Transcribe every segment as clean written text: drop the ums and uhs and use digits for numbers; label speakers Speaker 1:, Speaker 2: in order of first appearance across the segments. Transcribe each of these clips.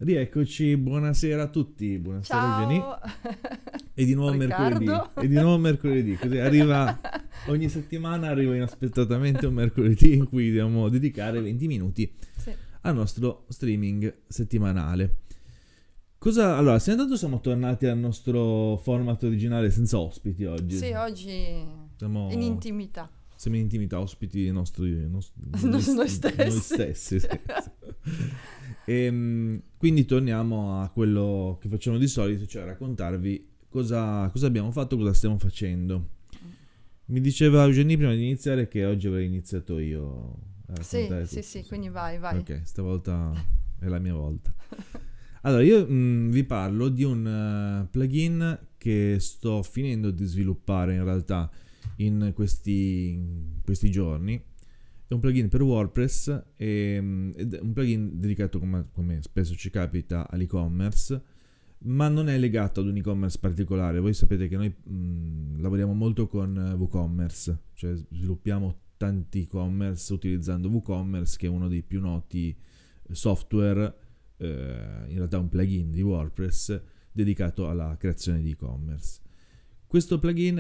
Speaker 1: Rieccoci, buonasera a tutti, buonasera Jenny.
Speaker 2: Ciao
Speaker 1: E di nuovo mercoledì,
Speaker 2: Riccardo.
Speaker 1: e di nuovo mercoledì, così arriva, ogni settimana arriva inaspettatamente un mercoledì in cui dobbiamo dedicare 20 minuti
Speaker 2: Sì,
Speaker 1: al nostro streaming settimanale. Siamo tornati al nostro format originale senza ospiti oggi.
Speaker 2: sì, oggi in
Speaker 1: Siamo,
Speaker 2: intimità.
Speaker 1: siamo in intimità, ospiti
Speaker 2: Noi
Speaker 1: noi
Speaker 2: stessi.
Speaker 1: stessi. Sì. Quindi torniamo a quello che facciamo di solito, cioè raccontarvi cosa abbiamo fatto, cosa stiamo facendo. Mi diceva Eugenie prima di iniziare che oggi avrei iniziato io a
Speaker 2: Sì,
Speaker 1: raccontare
Speaker 2: sì,
Speaker 1: tutto.
Speaker 2: sì,
Speaker 1: Sì.
Speaker 2: quindi vai.
Speaker 1: Ok, stavolta è la mia volta. Allora, io vi parlo di un plugin che sto finendo di sviluppare in realtà in questi giorni. È un plugin per WordPress ed è un plugin dedicato, come spesso ci capita, all'e-commerce, ma non è legato ad un e-commerce particolare. Voi sapete che noi lavoriamo molto con WooCommerce, cioè sviluppiamo tanti e-commerce utilizzando WooCommerce, che è uno dei più noti software, in realtà un plugin di WordPress dedicato alla creazione di e-commerce. Questo plugin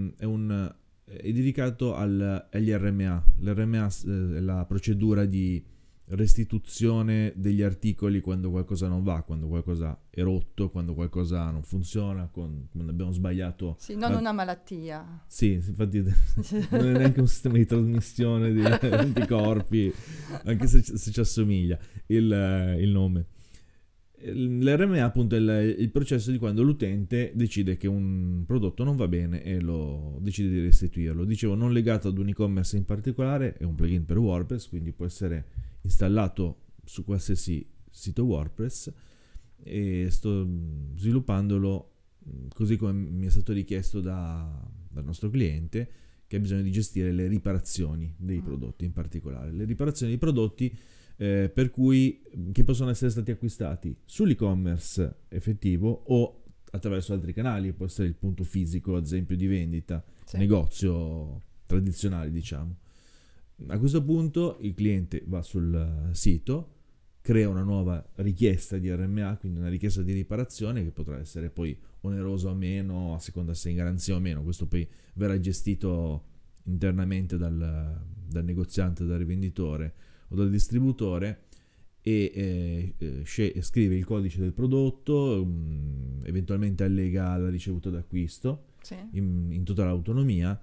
Speaker 1: è dedicato agli RMA. L'RMA è la procedura di restituzione degli articoli quando qualcosa non va, quando qualcosa è rotto, quando qualcosa non funziona, quando abbiamo sbagliato.
Speaker 2: Sì, non una malattia.
Speaker 1: Sì, infatti non è neanche un sistema di trasmissione di anticorpi, anche se ci assomiglia il nome. L'RMA appunto è il processo di quando l'utente decide che un prodotto non va bene e lo decide di restituirlo. Dicevo, non legato ad un e-commerce in particolare, è un plugin per WordPress, quindi può essere installato su qualsiasi sito WordPress, e sto sviluppandolo così come mi è stato richiesto dal nostro cliente, che ha bisogno di gestire le riparazioni dei prodotti in particolare. Le riparazioni dei prodotti che possono essere stati acquistati sull'e-commerce effettivo o attraverso altri canali, può essere il punto fisico ad esempio di vendita,
Speaker 2: Sì.
Speaker 1: negozio tradizionale diciamo. A questo punto il cliente va sul sito, crea una nuova richiesta di RMA, quindi una richiesta di riparazione che potrà essere poi onerosa o meno, a seconda se è in garanzia o meno. Questo poi verrà gestito internamente dal negoziante, dal rivenditore o dal distributore, e scrive il codice del prodotto, eventualmente allega la ricevuta d'acquisto
Speaker 2: Sì.
Speaker 1: in totale autonomia,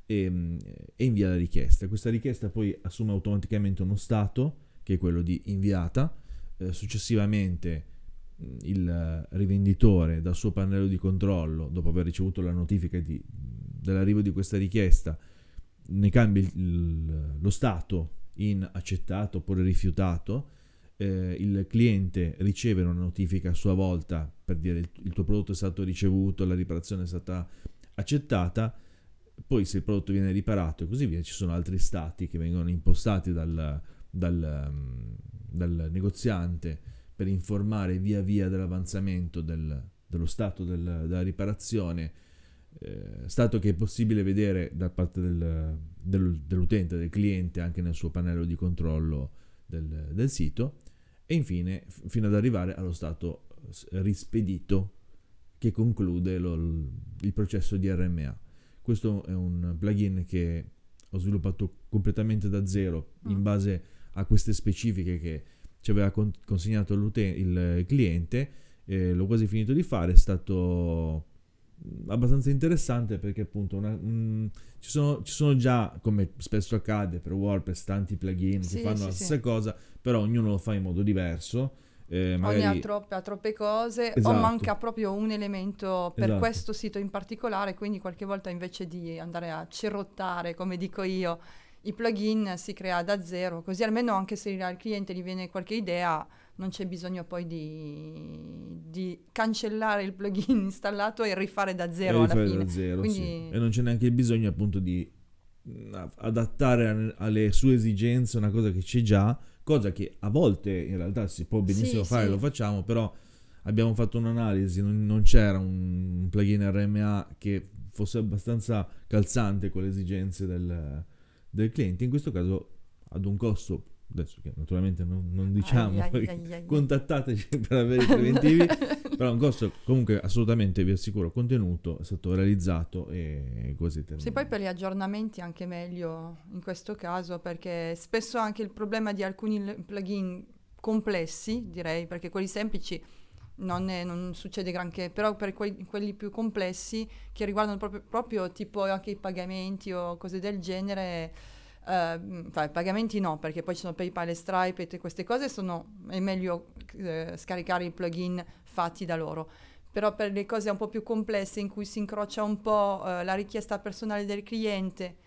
Speaker 1: e invia la richiesta. Questa richiesta poi assume automaticamente uno stato, che è quello di inviata. Successivamente il rivenditore dal suo pannello di controllo, dopo aver ricevuto la notifica dell'arrivo di questa richiesta, ne cambia lo stato in accettato oppure rifiutato. Il cliente riceve una notifica a sua volta per dire il tuo prodotto è stato ricevuto, la riparazione è stata accettata. Poi se il prodotto viene riparato e così via, ci sono altri stati che vengono impostati dal negoziante per informare via via dell'avanzamento dello stato della riparazione, stato che è possibile vedere da parte dell'utente, del cliente, anche nel suo pannello di controllo del sito, e infine fino ad arrivare allo stato rispedito, che conclude il processo di RMA. Questo è un plugin che ho sviluppato completamente da zero in base a queste specifiche che ci aveva consegnato il cliente. L'ho quasi finito di fare, è stato abbastanza interessante perché appunto ci sono già, come spesso accade per WordPress, tanti plugin che
Speaker 2: Sì,
Speaker 1: fanno
Speaker 2: sì,
Speaker 1: la
Speaker 2: sì.
Speaker 1: stessa cosa, però ognuno lo fa in modo diverso.
Speaker 2: Ogni
Speaker 1: Magari
Speaker 2: ha troppe cose o
Speaker 1: esatto,
Speaker 2: manca proprio un elemento per
Speaker 1: esatto.
Speaker 2: questo sito in particolare, quindi qualche volta invece di andare a cerottare, come dico io, i plugin si crea da zero, così almeno anche se al cliente gli viene qualche idea non c'è bisogno poi di cancellare il plugin installato e rifare da
Speaker 1: E
Speaker 2: zero alla
Speaker 1: rifare
Speaker 2: fine.
Speaker 1: da zero, sì.
Speaker 2: Quindi
Speaker 1: E non c'è neanche il bisogno appunto di adattare alle sue esigenze una cosa che c'è già, cosa che a volte in realtà si può benissimo
Speaker 2: sì,
Speaker 1: fare, lo
Speaker 2: sì,
Speaker 1: facciamo, però abbiamo fatto un'analisi, non c'era un plugin RMA che fosse abbastanza calzante con le esigenze del cliente, in questo caso ad un costo adesso che naturalmente non diciamo,
Speaker 2: Ai.
Speaker 1: contattateci per avere i preventivi, però è un corso comunque assolutamente, vi assicuro, contenuto, è stato realizzato e così
Speaker 2: Sì, poi per gli aggiornamenti anche meglio in questo caso, perché spesso anche il problema di alcuni plugin complessi, direi, perché quelli semplici non succede granché, però per quelli più complessi che riguardano proprio tipo anche i pagamenti o cose del genere, i pagamenti no, perché poi ci sono PayPal e Stripe e queste cose è meglio scaricare i plugin fatti da loro. Però per le cose un po' più complesse in cui si incrocia un po' la richiesta personale del cliente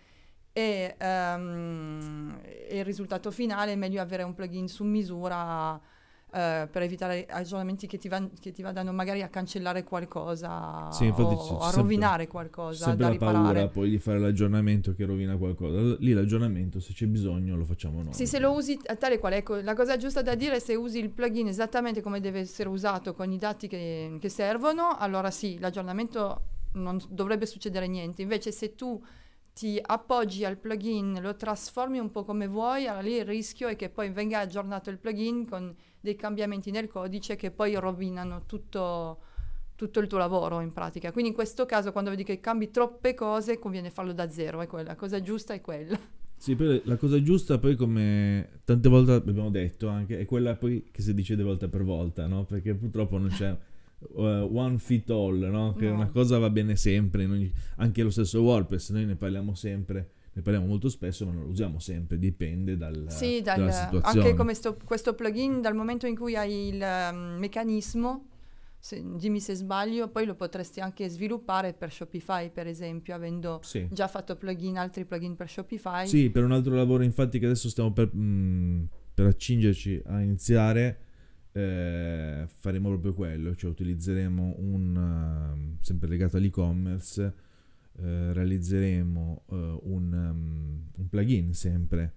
Speaker 2: e il risultato finale, è meglio avere un plugin su misura per evitare aggiornamenti che ti vadano magari a cancellare qualcosa
Speaker 1: sì, infatti
Speaker 2: o a
Speaker 1: sempre,
Speaker 2: rovinare
Speaker 1: c'è
Speaker 2: qualcosa
Speaker 1: sempre
Speaker 2: da
Speaker 1: la paura
Speaker 2: riparare.
Speaker 1: poi di fare l'aggiornamento che rovina qualcosa. Lì l'aggiornamento, se c'è bisogno, lo facciamo
Speaker 2: Sì,
Speaker 1: noi.
Speaker 2: se lo usi tale qual è, ecco, la cosa giusta da dire è se usi il plugin esattamente come deve essere usato con i dati che servono, allora sì, l'aggiornamento non dovrebbe succedere niente. Invece se tu ti appoggi al plugin, lo trasformi un po' come vuoi, allora lì il rischio è che poi venga aggiornato il plugin con dei cambiamenti nel codice che poi rovinano tutto il tuo lavoro in pratica. Quindi in questo caso quando vedi che cambi troppe cose conviene farlo da zero, è quella, la cosa giusta è quella.
Speaker 1: Sì, poi la cosa giusta, poi come tante volte abbiamo detto anche, è quella poi che si dice di volta per volta, no? Perché purtroppo non c'è one fit all, no? Che una
Speaker 2: No.
Speaker 1: cosa va bene sempre, anche lo stesso WordPress, noi ne parliamo sempre, ne parliamo molto spesso, ma non lo usiamo sempre, dipende
Speaker 2: Sì,
Speaker 1: dalla
Speaker 2: anche
Speaker 1: situazione.
Speaker 2: come questo plugin, dal momento in cui hai il meccanismo, dimmi se sbaglio, poi lo potresti anche sviluppare per Shopify, per esempio, avendo
Speaker 1: Sì.
Speaker 2: già fatto altri plugin per Shopify.
Speaker 1: Sì, per un altro lavoro infatti che adesso stiamo per accingerci a iniziare, faremo proprio quello, cioè utilizzeremo sempre legato all'e-commerce, realizzeremo un plugin sempre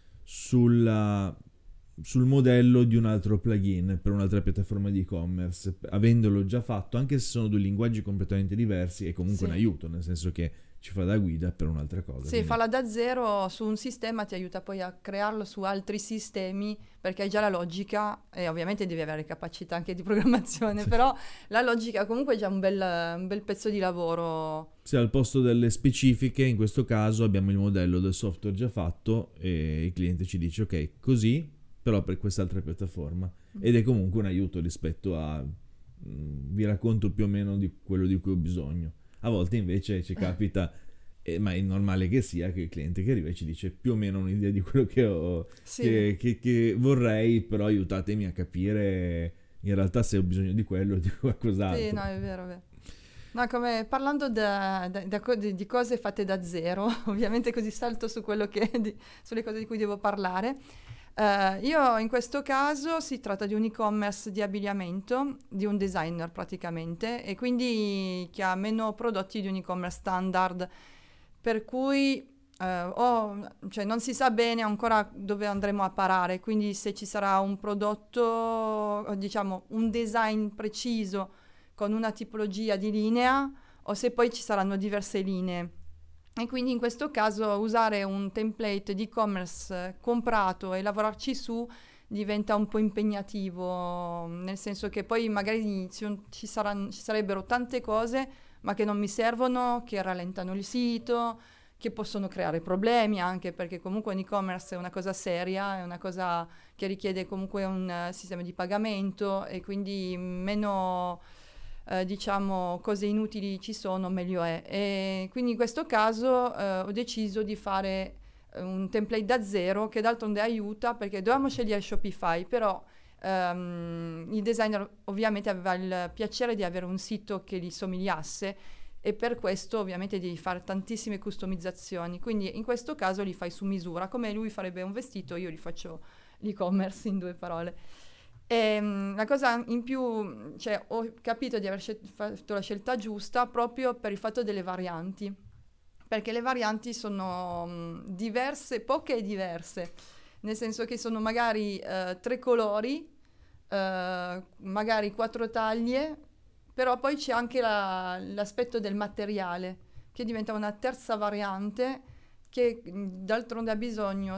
Speaker 1: sul modello di un altro plugin per un'altra piattaforma di e-commerce, avendolo già fatto, anche se sono due linguaggi completamente diversi, è comunque un
Speaker 2: Sì.
Speaker 1: aiuto, nel senso che ci fa da guida per un'altra cosa.
Speaker 2: Sì,
Speaker 1: Quindi
Speaker 2: farla da zero su un sistema ti aiuta poi a crearlo su altri sistemi perché hai già la logica e ovviamente devi avere capacità anche di programmazione,
Speaker 1: sì.
Speaker 2: però la logica comunque è già un bel pezzo di lavoro.
Speaker 1: Se al posto delle specifiche, in questo caso abbiamo il modello del software già fatto e il cliente ci dice ok, così, però per quest'altra piattaforma. Ed è comunque un aiuto rispetto vi racconto più o meno di quello di cui ho bisogno. A volte invece ci capita, ma è normale che sia, che il cliente che arriva e ci dice più o meno un'idea di quello che ho,
Speaker 2: Sì.
Speaker 1: che vorrei, però aiutatemi a capire in realtà se ho bisogno di quello o di
Speaker 2: Sì,
Speaker 1: qualcos'altro.
Speaker 2: no, è vero, è vero. No, come parlando di cose fatte da zero, ovviamente così salto su sulle cose di cui devo parlare. Io in questo caso si tratta di un e-commerce di abbigliamento, di un designer praticamente, e quindi che ha meno prodotti di un e-commerce standard, per cui cioè non si sa bene ancora dove andremo a parare, quindi se ci sarà un prodotto, o diciamo un design preciso con una tipologia di linea o se poi ci saranno diverse linee. E quindi in questo caso usare un template di e-commerce comprato e lavorarci su diventa un po' impegnativo, nel senso che poi magari ci sarebbero tante cose ma che non mi servono, che rallentano il sito, che possono creare problemi anche perché comunque un e-commerce è una cosa seria, è una cosa che richiede comunque un sistema di pagamento e quindi meno diciamo cose inutili ci sono, meglio è. E quindi in questo caso ho deciso di fare un template da zero che d'altronde aiuta perché dovevamo scegliere Shopify, però il designer ovviamente aveva il piacere di avere un sito che gli somigliasse e per questo ovviamente devi fare tantissime customizzazioni, quindi in questo caso li fai su misura, come lui farebbe un vestito, io li faccio l'e-commerce in due parole. E, la cosa in più, cioè ho capito di aver fatto la scelta giusta proprio per il fatto delle varianti, perché le varianti sono diverse, poche e diverse, nel senso che sono magari 3 colori, magari 4 taglie, però poi c'è anche l'aspetto del materiale, che diventa una terza variante che d'altronde ha bisogno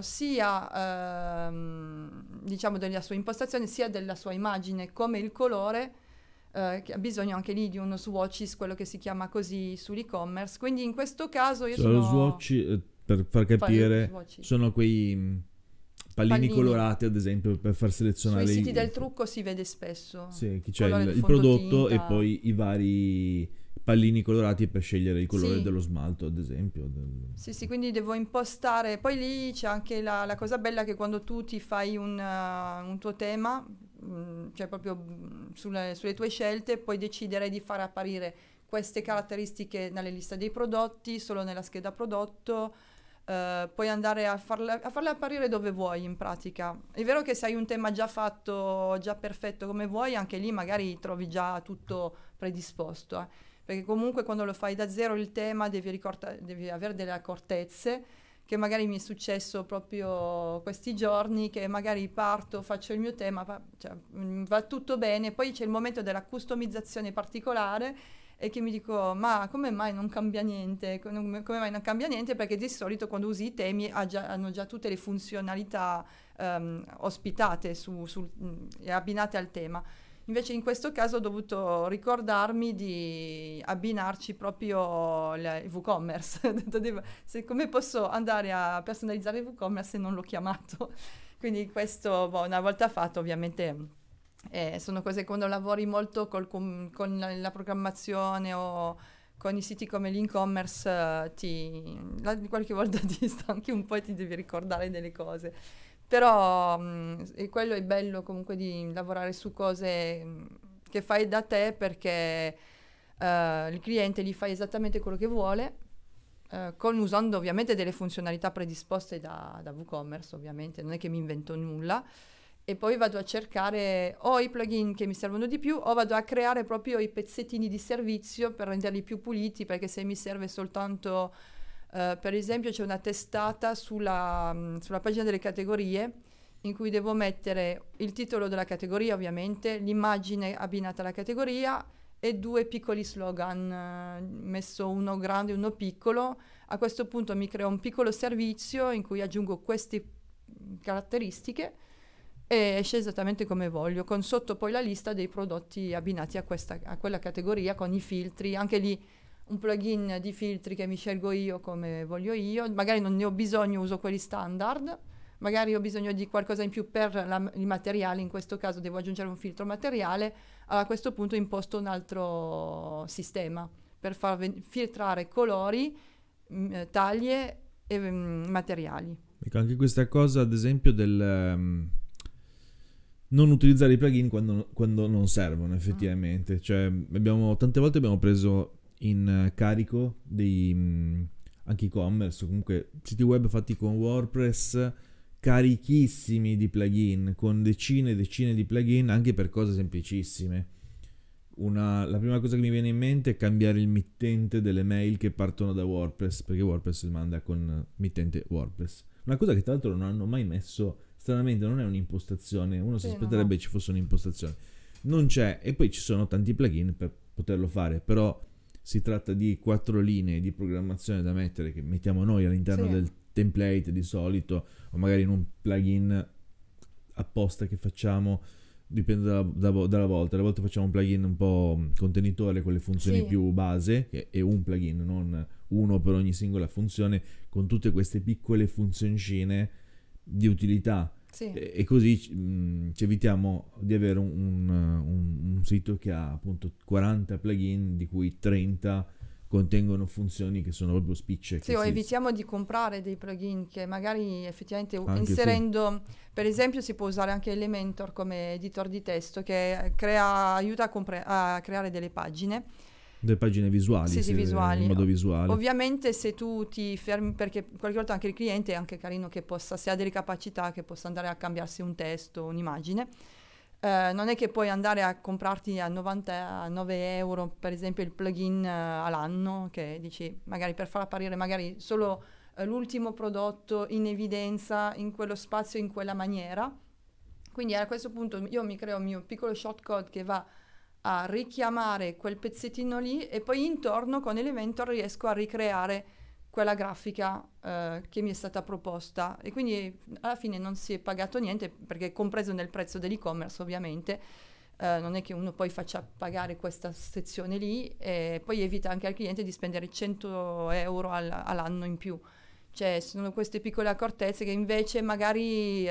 Speaker 2: sia diciamo della sua impostazione sia della sua immagine, come il colore, che ha bisogno anche lì di uno swatches, quello che si chiama così sull'e-commerce. Quindi in questo caso io
Speaker 1: Cioè, lo
Speaker 2: sono
Speaker 1: swatch, per far capire,
Speaker 2: swatches.
Speaker 1: sono quei pallini colorati, ad esempio, per far selezionare
Speaker 2: sui siti del trucco si vede spesso
Speaker 1: sì, chi c'è
Speaker 2: colore del
Speaker 1: il prodotto e
Speaker 2: fondotinta.
Speaker 1: poi i vari pallini colorati per scegliere il colore
Speaker 2: Sì.
Speaker 1: dello smalto, ad esempio.
Speaker 2: Sì, quindi devo impostare. Poi lì c'è anche la cosa bella che quando tu ti fai un tuo tema, cioè proprio sulle tue scelte, puoi decidere di far apparire queste caratteristiche nelle liste dei prodotti, solo nella scheda prodotto. Puoi andare a farle apparire dove vuoi in pratica. È vero che se hai un tema già fatto, già perfetto come vuoi, anche lì magari trovi già tutto predisposto. Perché comunque quando lo fai da zero il tema devi avere delle accortezze, che magari mi è successo proprio questi giorni, che magari parto, faccio il mio tema, cioè, va tutto bene, poi c'è il momento della customizzazione particolare e che mi dico, ma come mai non cambia niente? Come mai non cambia niente? Perché di solito quando usi i temi hanno già tutte le funzionalità ospitate e abbinate al tema. Invece in questo caso ho dovuto ricordarmi di abbinarci proprio il WooCommerce. Ho detto, come posso andare a personalizzare il WooCommerce se non l'ho chiamato? Quindi questo, una volta fatto, ovviamente sono cose che quando lavori molto con la programmazione o con i siti come l'e-commerce qualche volta ti stanchi un po' e ti devi ricordare delle cose. Però e quello è bello comunque di lavorare su cose che fai da te, perché il cliente gli fai esattamente quello che vuole, usando ovviamente delle funzionalità predisposte da WooCommerce, ovviamente, non è che mi invento nulla. E poi vado a cercare o i plugin che mi servono di più o vado a creare proprio i pezzettini di servizio per renderli più puliti, perché se mi serve soltanto... per esempio c'è una testata sulla pagina delle categorie in cui devo mettere il titolo della categoria, ovviamente, l'immagine abbinata alla categoria e 2 piccoli slogan, messo uno grande e uno piccolo. A questo punto mi creo un piccolo servizio in cui aggiungo queste caratteristiche e esce esattamente come voglio, con sotto poi la lista dei prodotti abbinati a quella categoria, con i filtri, anche lì un plugin di filtri che mi scelgo io come voglio io, magari non ne ho bisogno, uso quelli standard, magari ho bisogno di qualcosa in più per il materiale, in questo caso devo aggiungere un filtro materiale, a questo punto imposto un altro sistema per far filtrare colori, taglie e materiali.
Speaker 1: Ecco, anche questa cosa, ad esempio, non utilizzare i plugin quando non servono effettivamente. Cioè, tante volte abbiamo preso in carico anche e-commerce, o comunque siti web fatti con WordPress carichissimi di plugin, con decine e decine di plugin, anche per cose semplicissime. La prima cosa che mi viene in mente è cambiare il mittente delle mail che partono da WordPress, perché WordPress li manda con mittente WordPress. Una cosa che tra l'altro non hanno mai messo, stranamente non è un'impostazione, uno si aspetterebbe ci fosse un'impostazione. Non c'è, e poi ci sono tanti plugin per poterlo fare, però si tratta di 4 linee di programmazione da mettere, che mettiamo noi all'interno del template di solito, o magari in un plugin apposta che facciamo, dipende dalla volta. Alle volte facciamo un plugin un po' contenitore con le funzioni più base, che è un plugin, non uno per ogni singola funzione, con tutte queste piccole funzioncine di utilità. E così ci evitiamo di avere un sito che ha appunto 40 plugin, di cui 30 contengono funzioni che sono proprio spicce.
Speaker 2: Sì, o evitiamo di comprare dei plugin che magari effettivamente
Speaker 1: anche
Speaker 2: inserendo, per esempio si può usare anche Elementor come editor di testo, che aiuta a creare delle pagine.
Speaker 1: Delle pagine visuali,
Speaker 2: visuali,
Speaker 1: in modo visuale.
Speaker 2: Ovviamente se tu ti fermi, perché qualche volta anche il cliente è anche carino che se ha delle capacità, che possa andare a cambiarsi un testo, un'immagine. Non è che puoi andare a comprarti a 99 euro per esempio il plugin all'anno, che dici magari per far apparire magari solo l'ultimo prodotto in evidenza in quello spazio, in quella maniera. Quindi a questo punto io mi creo il mio piccolo shortcode che va a richiamare quel pezzettino lì, e poi intorno con Elementor riesco a ricreare quella grafica che mi è stata proposta, e quindi alla fine non si è pagato niente, perché è compreso nel prezzo dell'e-commerce ovviamente. Non è che uno poi faccia pagare questa sezione lì, e poi evita anche al cliente di spendere 100 euro all'anno in più. Cioè, sono queste piccole accortezze che invece magari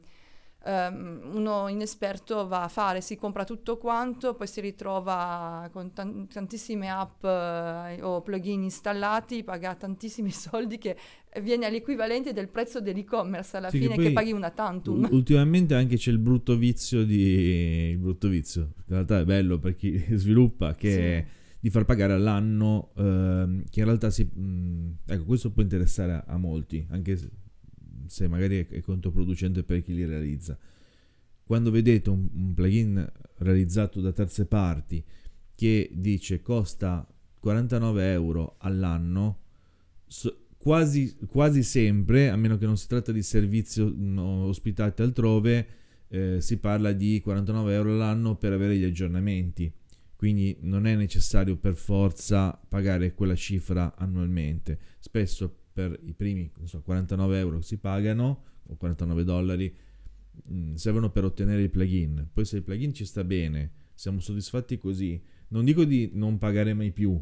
Speaker 2: uno inesperto va a fare, si compra tutto quanto, poi si ritrova con tantissime app o plugin installati, paga tantissimi soldi, che viene all'equivalente del prezzo dell'e-commerce alla
Speaker 1: Sì, che
Speaker 2: fine, che
Speaker 1: poi
Speaker 2: paghi una tantum.
Speaker 1: ultimamente anche c'è il brutto vizio il brutto vizio, in realtà è bello per chi sviluppa, che
Speaker 2: Sì.
Speaker 1: è di far pagare all'anno, che in realtà ecco, questo può interessare a molti, anche se magari è controproducente per chi li realizza. Quando vedete un plugin realizzato da terze parti che dice costa 49 euro all'anno, quasi sempre, a meno che non si tratta di servizio ospitate altrove, si parla di 49 euro all'anno per avere gli aggiornamenti. Quindi non è necessario per forza pagare quella cifra annualmente. Spesso per i primi 49 euro che si pagano, o 49 dollari, servono per ottenere il plugin. Poi se il plugin ci sta bene, siamo soddisfatti così, non dico di non pagare mai più.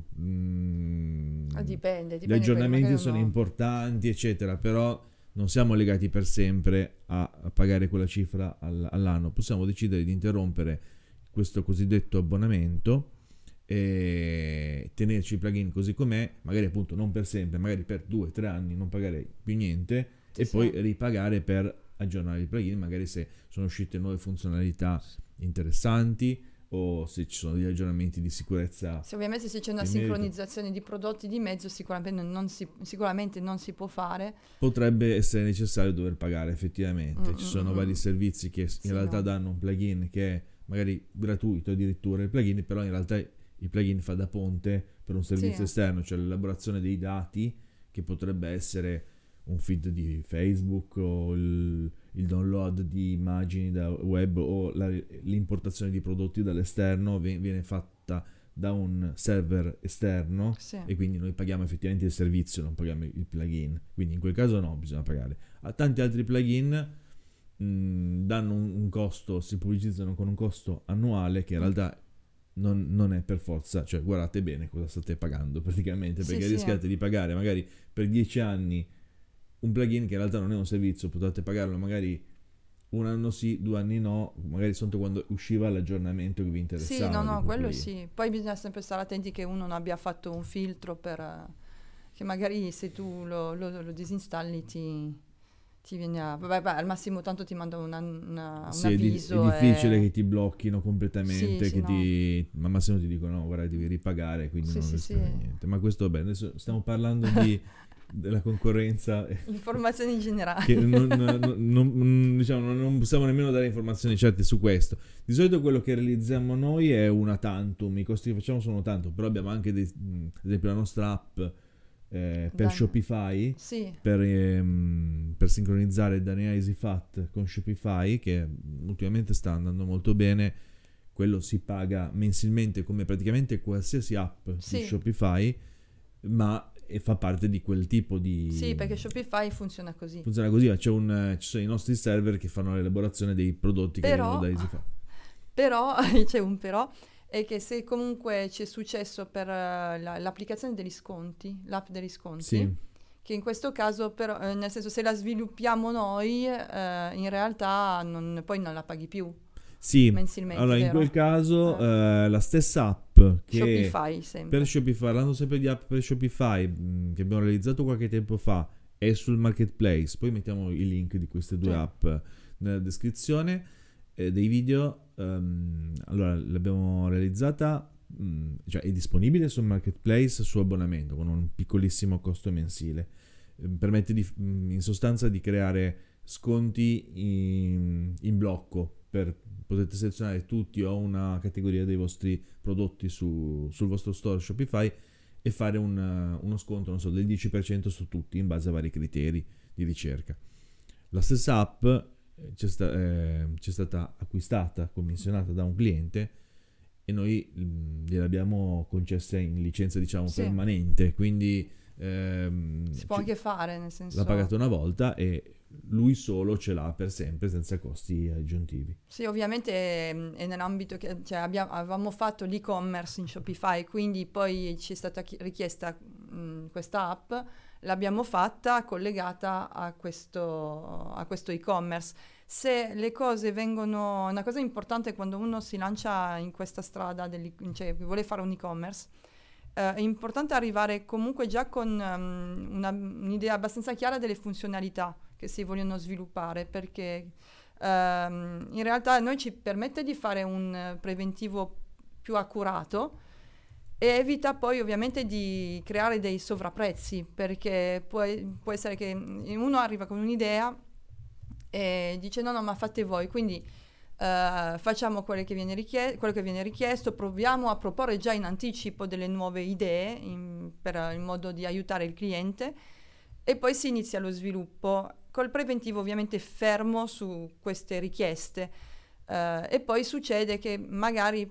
Speaker 2: Dipende,
Speaker 1: Gli
Speaker 2: perché
Speaker 1: aggiornamenti
Speaker 2: magari
Speaker 1: sono
Speaker 2: uno...
Speaker 1: importanti, eccetera, però non siamo legati per sempre a pagare quella cifra all'anno. Possiamo decidere di interrompere questo cosiddetto abbonamento e tenerci il plugin così com'è, magari appunto non per sempre, magari per 2-3 anni non pagare più niente,
Speaker 2: Sì,
Speaker 1: e
Speaker 2: sì.
Speaker 1: poi ripagare per aggiornare il plugin, magari se sono uscite nuove funzionalità interessanti o se ci sono degli aggiornamenti di sicurezza.
Speaker 2: Sì, ovviamente se c'è una
Speaker 1: in merito.
Speaker 2: sincronizzazione di prodotti di mezzo, sicuramente non si può fare.
Speaker 1: Potrebbe essere necessario dover pagare effettivamente. Ci sono vari servizi che in
Speaker 2: Sì,
Speaker 1: realtà
Speaker 2: no.
Speaker 1: danno un plugin che è magari gratuito addirittura il plugin, però in realtà il plugin fa da ponte per un servizio
Speaker 2: Sì.
Speaker 1: esterno, cioè l'elaborazione dei dati, che potrebbe essere un feed di Facebook o il download di immagini da web o l'importazione di prodotti dall'esterno viene fatta da un server esterno,
Speaker 2: Sì.
Speaker 1: e quindi noi paghiamo effettivamente il servizio, non paghiamo il plugin. Quindi in quel caso no, bisogna pagare. A tanti altri plugin danno un costo, si pubblicizzano con un costo annuale che in realtà non è per forza, cioè guardate bene cosa state pagando praticamente,
Speaker 2: Sì,
Speaker 1: perché
Speaker 2: sì.
Speaker 1: rischiate di pagare magari per 10 anni un plugin che in realtà non è un servizio, potete pagarlo magari un anno sì, 2 anni no, magari soltanto quando usciva l'aggiornamento che vi
Speaker 2: Sì, no,
Speaker 1: interessava di
Speaker 2: no,
Speaker 1: quel
Speaker 2: quello
Speaker 1: plugin.
Speaker 2: sì. Poi bisogna sempre stare attenti che uno non abbia fatto un filtro per... che magari se tu lo disinstalli ti viene a... Vabbè, beh, al massimo tanto ti manda un
Speaker 1: Sì, è
Speaker 2: avviso
Speaker 1: difficile
Speaker 2: e...
Speaker 1: che ti blocchino
Speaker 2: Sì,
Speaker 1: completamente,
Speaker 2: sì, no.
Speaker 1: ma al massimo ti dicono no, guarda, devi ripagare, quindi
Speaker 2: Sì,
Speaker 1: non
Speaker 2: sì, sì.
Speaker 1: rischi niente. Ma questo vabbè, adesso stiamo parlando della concorrenza,
Speaker 2: Informazioni generali.
Speaker 1: che diciamo, non possiamo nemmeno dare informazioni certe su questo. Di solito quello che realizziamo noi è una tantum, i costi che facciamo sono tanto, però abbiamo anche ad esempio la nostra app per Shopify,
Speaker 2: Sì,
Speaker 1: per sincronizzare Dania EasyFat con Shopify, che ultimamente sta andando molto bene. Quello si paga mensilmente come praticamente qualsiasi app di
Speaker 2: sì.
Speaker 1: Shopify, ma fa parte di quel tipo
Speaker 2: Sì,
Speaker 1: di...
Speaker 2: perché Shopify funziona così.
Speaker 1: Funziona così, ma ci sono i nostri server che fanno l'elaborazione dei prodotti che arrivano
Speaker 2: Però,
Speaker 1: da EasyFat.
Speaker 2: però, c'è un però, è che se comunque ci è successo per l'applicazione degli sconti, l'app degli sconti,
Speaker 1: Sì,
Speaker 2: che in questo caso però, nel senso se la sviluppiamo noi, in realtà poi non la paghi più
Speaker 1: sì.
Speaker 2: mensilmente,
Speaker 1: Allora in quel
Speaker 2: vero?
Speaker 1: caso
Speaker 2: Eh,
Speaker 1: la stessa app che
Speaker 2: Shopify
Speaker 1: per
Speaker 2: sempre.
Speaker 1: Shopify, parlando sempre di app per Shopify, che abbiamo realizzato qualche tempo fa, è sul marketplace. Poi mettiamo i link di queste due
Speaker 2: Sì.
Speaker 1: app nella descrizione dei video. Allora l'abbiamo realizzata, cioè è disponibile sul marketplace su abbonamento con un piccolissimo costo mensile. Permette in sostanza di creare sconti in blocco, potete selezionare tutti o una categoria dei vostri prodotti sul vostro store Shopify e fare uno sconto, non so, del 10% su tutti in base a vari criteri di ricerca. La stessa app c'è stata acquistata, commissionata da un cliente, e noi gliel'abbiamo concessa in licenza, diciamo,
Speaker 2: Sì.
Speaker 1: permanente, quindi
Speaker 2: Si può anche fare, nel senso...
Speaker 1: L'ha pagata una volta e lui solo ce l'ha per sempre senza costi aggiuntivi.
Speaker 2: Sì, ovviamente è nell'ambito che cioè, avevamo fatto l'e-commerce in Shopify, quindi poi ci è stata richiesta questa app, l'abbiamo fatta collegata a questo e-commerce. Se le cose vengono... Una cosa importante quando uno si lancia in questa strada, cioè vuole fare un e-commerce, è importante arrivare comunque già con un'idea abbastanza chiara delle funzionalità che si vogliono sviluppare, perché in realtà a noi ci permette di fare un preventivo più accurato e evita poi ovviamente di creare dei sovrapprezzi, perché può essere che uno arriva con un'idea e dice no, ma fate voi, quindi facciamo quello che viene richiesto, proviamo a proporre già in anticipo delle nuove idee in modo di aiutare il cliente e poi si inizia lo sviluppo col preventivo ovviamente fermo su queste richieste e poi succede che magari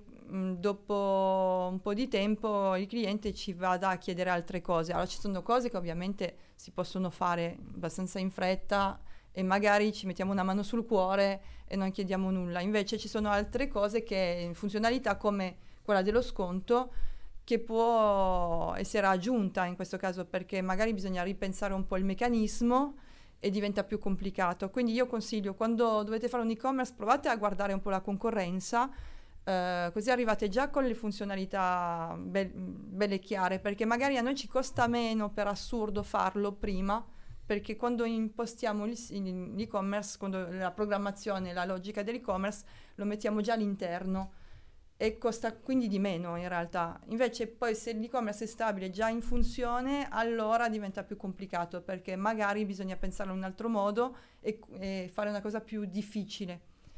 Speaker 2: dopo un po' di tempo il cliente ci vada a chiedere altre cose. Allora ci sono cose che ovviamente si possono fare abbastanza in fretta e magari ci mettiamo una mano sul cuore e non chiediamo nulla. Invece ci sono altre cose che funzionalità come quella dello sconto che può essere aggiunta in questo caso perché magari bisogna ripensare un po' il meccanismo e diventa più complicato. Quindi io consiglio, quando dovete fare un e-commerce, provate a guardare un po' la concorrenza, così arrivate già con le funzionalità belle chiare, perché magari a noi ci costa meno per assurdo farlo prima, perché quando impostiamo l'e-commerce, quando la programmazione, la logica dell'e-commerce, lo mettiamo già all'interno e costa quindi di meno in realtà. Invece poi se l'e-commerce è stabile, già in funzione, allora diventa più complicato perché magari bisogna pensarlo in un altro modo e fare una cosa più difficile.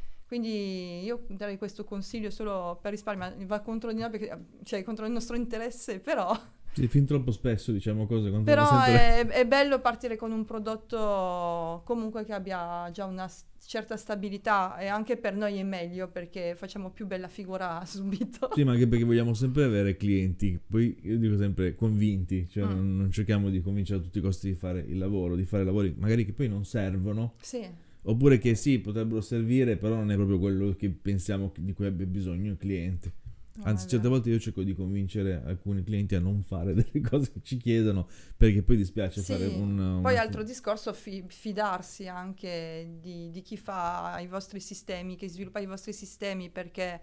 Speaker 2: Quindi io darei questo consiglio solo per risparmiare, va contro di noi perché, cioè contro il nostro interesse, però...
Speaker 1: Sì, fin troppo spesso diciamo cose contro
Speaker 2: Però
Speaker 1: sempre...
Speaker 2: è bello partire con un prodotto comunque che abbia già una certa stabilità e anche per noi è meglio perché facciamo più bella figura subito.
Speaker 1: Sì, ma anche perché vogliamo sempre avere clienti, poi io dico sempre convinti, cioè non cerchiamo di convincere a tutti i costi di fare il lavoro, di fare lavori magari che poi non servono,
Speaker 2: Sì.
Speaker 1: oppure che sì, potrebbero servire, però non è proprio quello che pensiamo di cui abbia bisogno il cliente. Anzi, certe volte io cerco di convincere alcuni clienti a non fare delle cose che ci chiedono perché poi dispiace
Speaker 2: Sì,
Speaker 1: fare
Speaker 2: poi altro discorso, fidarsi anche di chi fa i vostri sistemi, che sviluppa i vostri sistemi, perché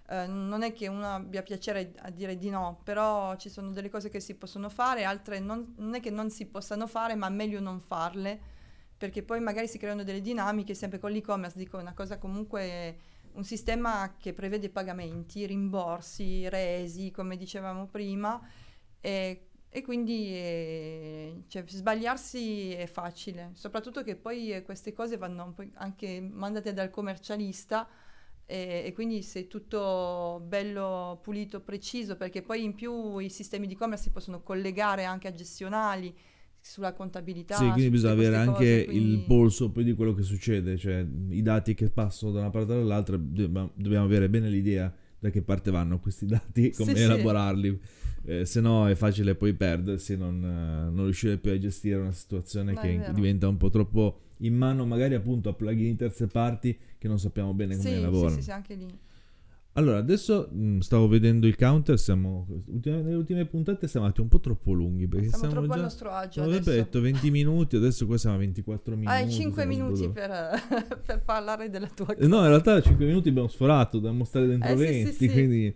Speaker 2: non è che uno abbia piacere a dire di no, però ci sono delle cose che si possono fare, altre non è che non si possano fare, ma meglio non farle, perché poi magari si creano delle dinamiche, sempre con l'e-commerce, dico una cosa comunque... Un sistema che prevede pagamenti, rimborsi, resi, come dicevamo prima, e quindi cioè, sbagliarsi è facile, soprattutto che poi queste cose vanno poi anche mandate dal commercialista e quindi se tutto bello, pulito, preciso, perché poi in più i sistemi di e-commerce si possono collegare anche a gestionali, sulla contabilità,
Speaker 1: Sì, quindi
Speaker 2: su tutte
Speaker 1: bisogna avere
Speaker 2: queste
Speaker 1: anche
Speaker 2: cose,
Speaker 1: il
Speaker 2: quindi...
Speaker 1: polso poi di quello che succede, cioè i dati che passano da una parte all'altra, dobbiamo avere bene l'idea da che parte vanno questi dati, come
Speaker 2: Sì, sì.
Speaker 1: elaborarli, se no è facile poi perdersi, non riuscire più a gestire una situazione
Speaker 2: Ma è
Speaker 1: che
Speaker 2: vero.
Speaker 1: diventa un po' troppo in mano magari appunto a plugin di terze parti che non sappiamo bene come
Speaker 2: Sì,
Speaker 1: lavorano.
Speaker 2: sì, anche lì.
Speaker 1: Allora, adesso stavo vedendo il counter, nelle ultime puntate siamo andati un po' troppo lunghi perché
Speaker 2: Siamo
Speaker 1: siamo
Speaker 2: troppo a
Speaker 1: già...
Speaker 2: nostro agio
Speaker 1: Avevo
Speaker 2: adesso.
Speaker 1: detto 20 minuti, adesso qua siamo a 24 minuti.
Speaker 2: Hai 5
Speaker 1: siamo
Speaker 2: minuti
Speaker 1: solo-
Speaker 2: per parlare della tua cosa.
Speaker 1: No, in realtà 5 minuti abbiamo sforato, dobbiamo stare dentro
Speaker 2: Sì,
Speaker 1: 20,
Speaker 2: sì, sì.
Speaker 1: quindi...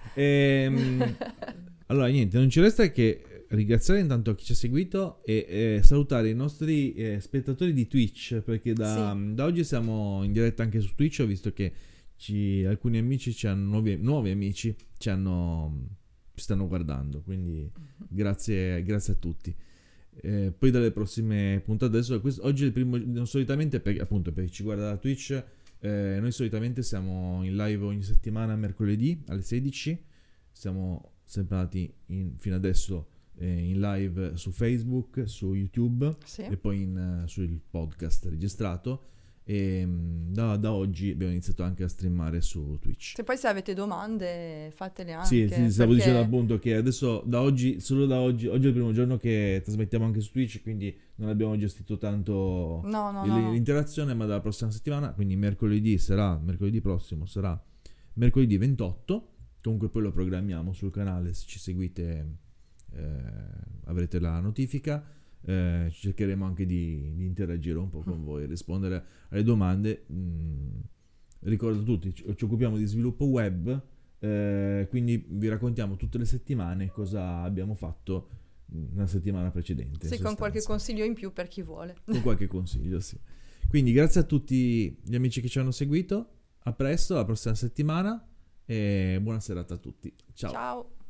Speaker 1: Allora, niente, non ci resta che ringraziare intanto chi ci ha seguito e salutare i nostri spettatori di Twitch, perché da oggi siamo in diretta anche su Twitch, ho visto che alcuni amici nuovi amici ci stanno guardando, quindi grazie a tutti. Poi dalle prossime puntate, adesso oggi è il primo, non solitamente appunto per chi ci guarda da Twitch, noi solitamente siamo in live ogni settimana mercoledì alle 16, siamo sempre andati fino adesso in live su Facebook, su YouTube
Speaker 2: Sì.
Speaker 1: e poi sul podcast registrato. e da oggi abbiamo iniziato anche a streamare su Twitch.
Speaker 2: Se avete domande, fatele
Speaker 1: Sì,
Speaker 2: anche.
Speaker 1: sì, stavo
Speaker 2: perché-
Speaker 1: dicendo appunto che adesso solo da oggi è il primo giorno che trasmettiamo anche su Twitch, quindi non abbiamo gestito tanto
Speaker 2: No.
Speaker 1: l'interazione, ma dalla prossima settimana, quindi mercoledì prossimo sarà mercoledì 28, comunque poi lo programmiamo sul canale, se ci seguite avrete la notifica. Cercheremo anche di interagire un po' con voi, rispondere alle domande. Ricordo tutti, ci occupiamo di sviluppo web, quindi vi raccontiamo tutte le settimane cosa abbiamo fatto nella settimana precedente.
Speaker 2: Sì,
Speaker 1: in
Speaker 2: con qualche
Speaker 1: sostanza.
Speaker 2: consiglio in più per chi vuole.
Speaker 1: Con qualche consiglio, sì. Quindi grazie a tutti gli amici che ci hanno seguito, a presto, alla prossima settimana e buona serata a tutti. Ciao.
Speaker 2: Ciao.